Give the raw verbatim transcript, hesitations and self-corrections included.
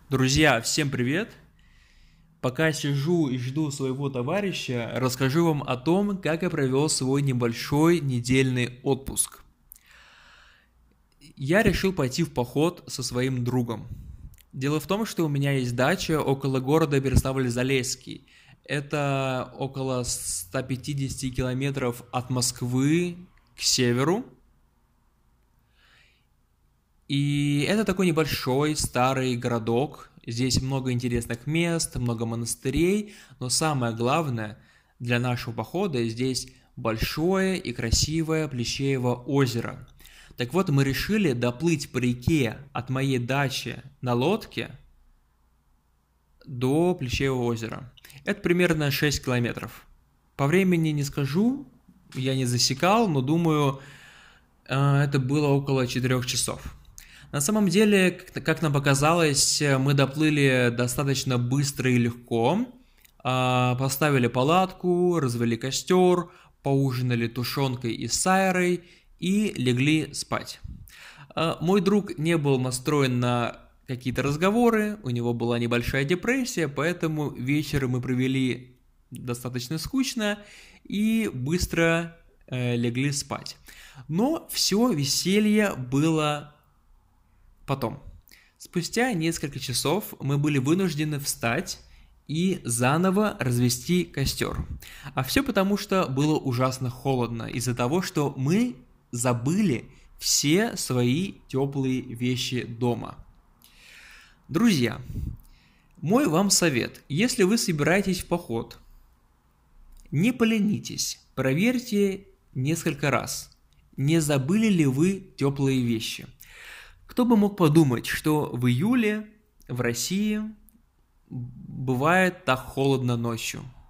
Друзья, всем привет! Пока сижу и жду своего товарища, расскажу вам о том, как я провел свой небольшой недельный отпуск. Я решил пойти в поход со своим другом. Дело в том, что у меня есть дача около города Переславль-Залесский. Это около ста пятидесяти километров от Москвы к северу. И это такой небольшой старый городок. Здесь много интересных мест, много монастырей, но самое главное для нашего похода здесь большое и красивое Плещеево озеро. Так вот, мы решили доплыть по реке от моей дачи на лодке до Плещеева озера. Это примерно шесть километров. По времени не скажу, я не засекал, но думаю, это было около четырёх часов. На самом деле, как нам показалось, мы доплыли достаточно быстро и легко. Поставили палатку, развели костер, поужинали тушенкой и сайрой и легли спать. Мой друг не был настроен на какие-то разговоры, у него была небольшая депрессия, поэтому вечер мы провели достаточно скучно и быстро легли спать. Но все веселье было потом. Спустя несколько часов мы были вынуждены встать и заново развести костер. А все потому, что было ужасно холодно, из-за того, что мы забыли все свои теплые вещи дома. Друзья, мой вам совет: если вы собираетесь в поход, не поленитесь, проверьте несколько раз, не забыли ли вы теплые вещи. Кто бы мог подумать, что в июле в России бывает так холодно ночью.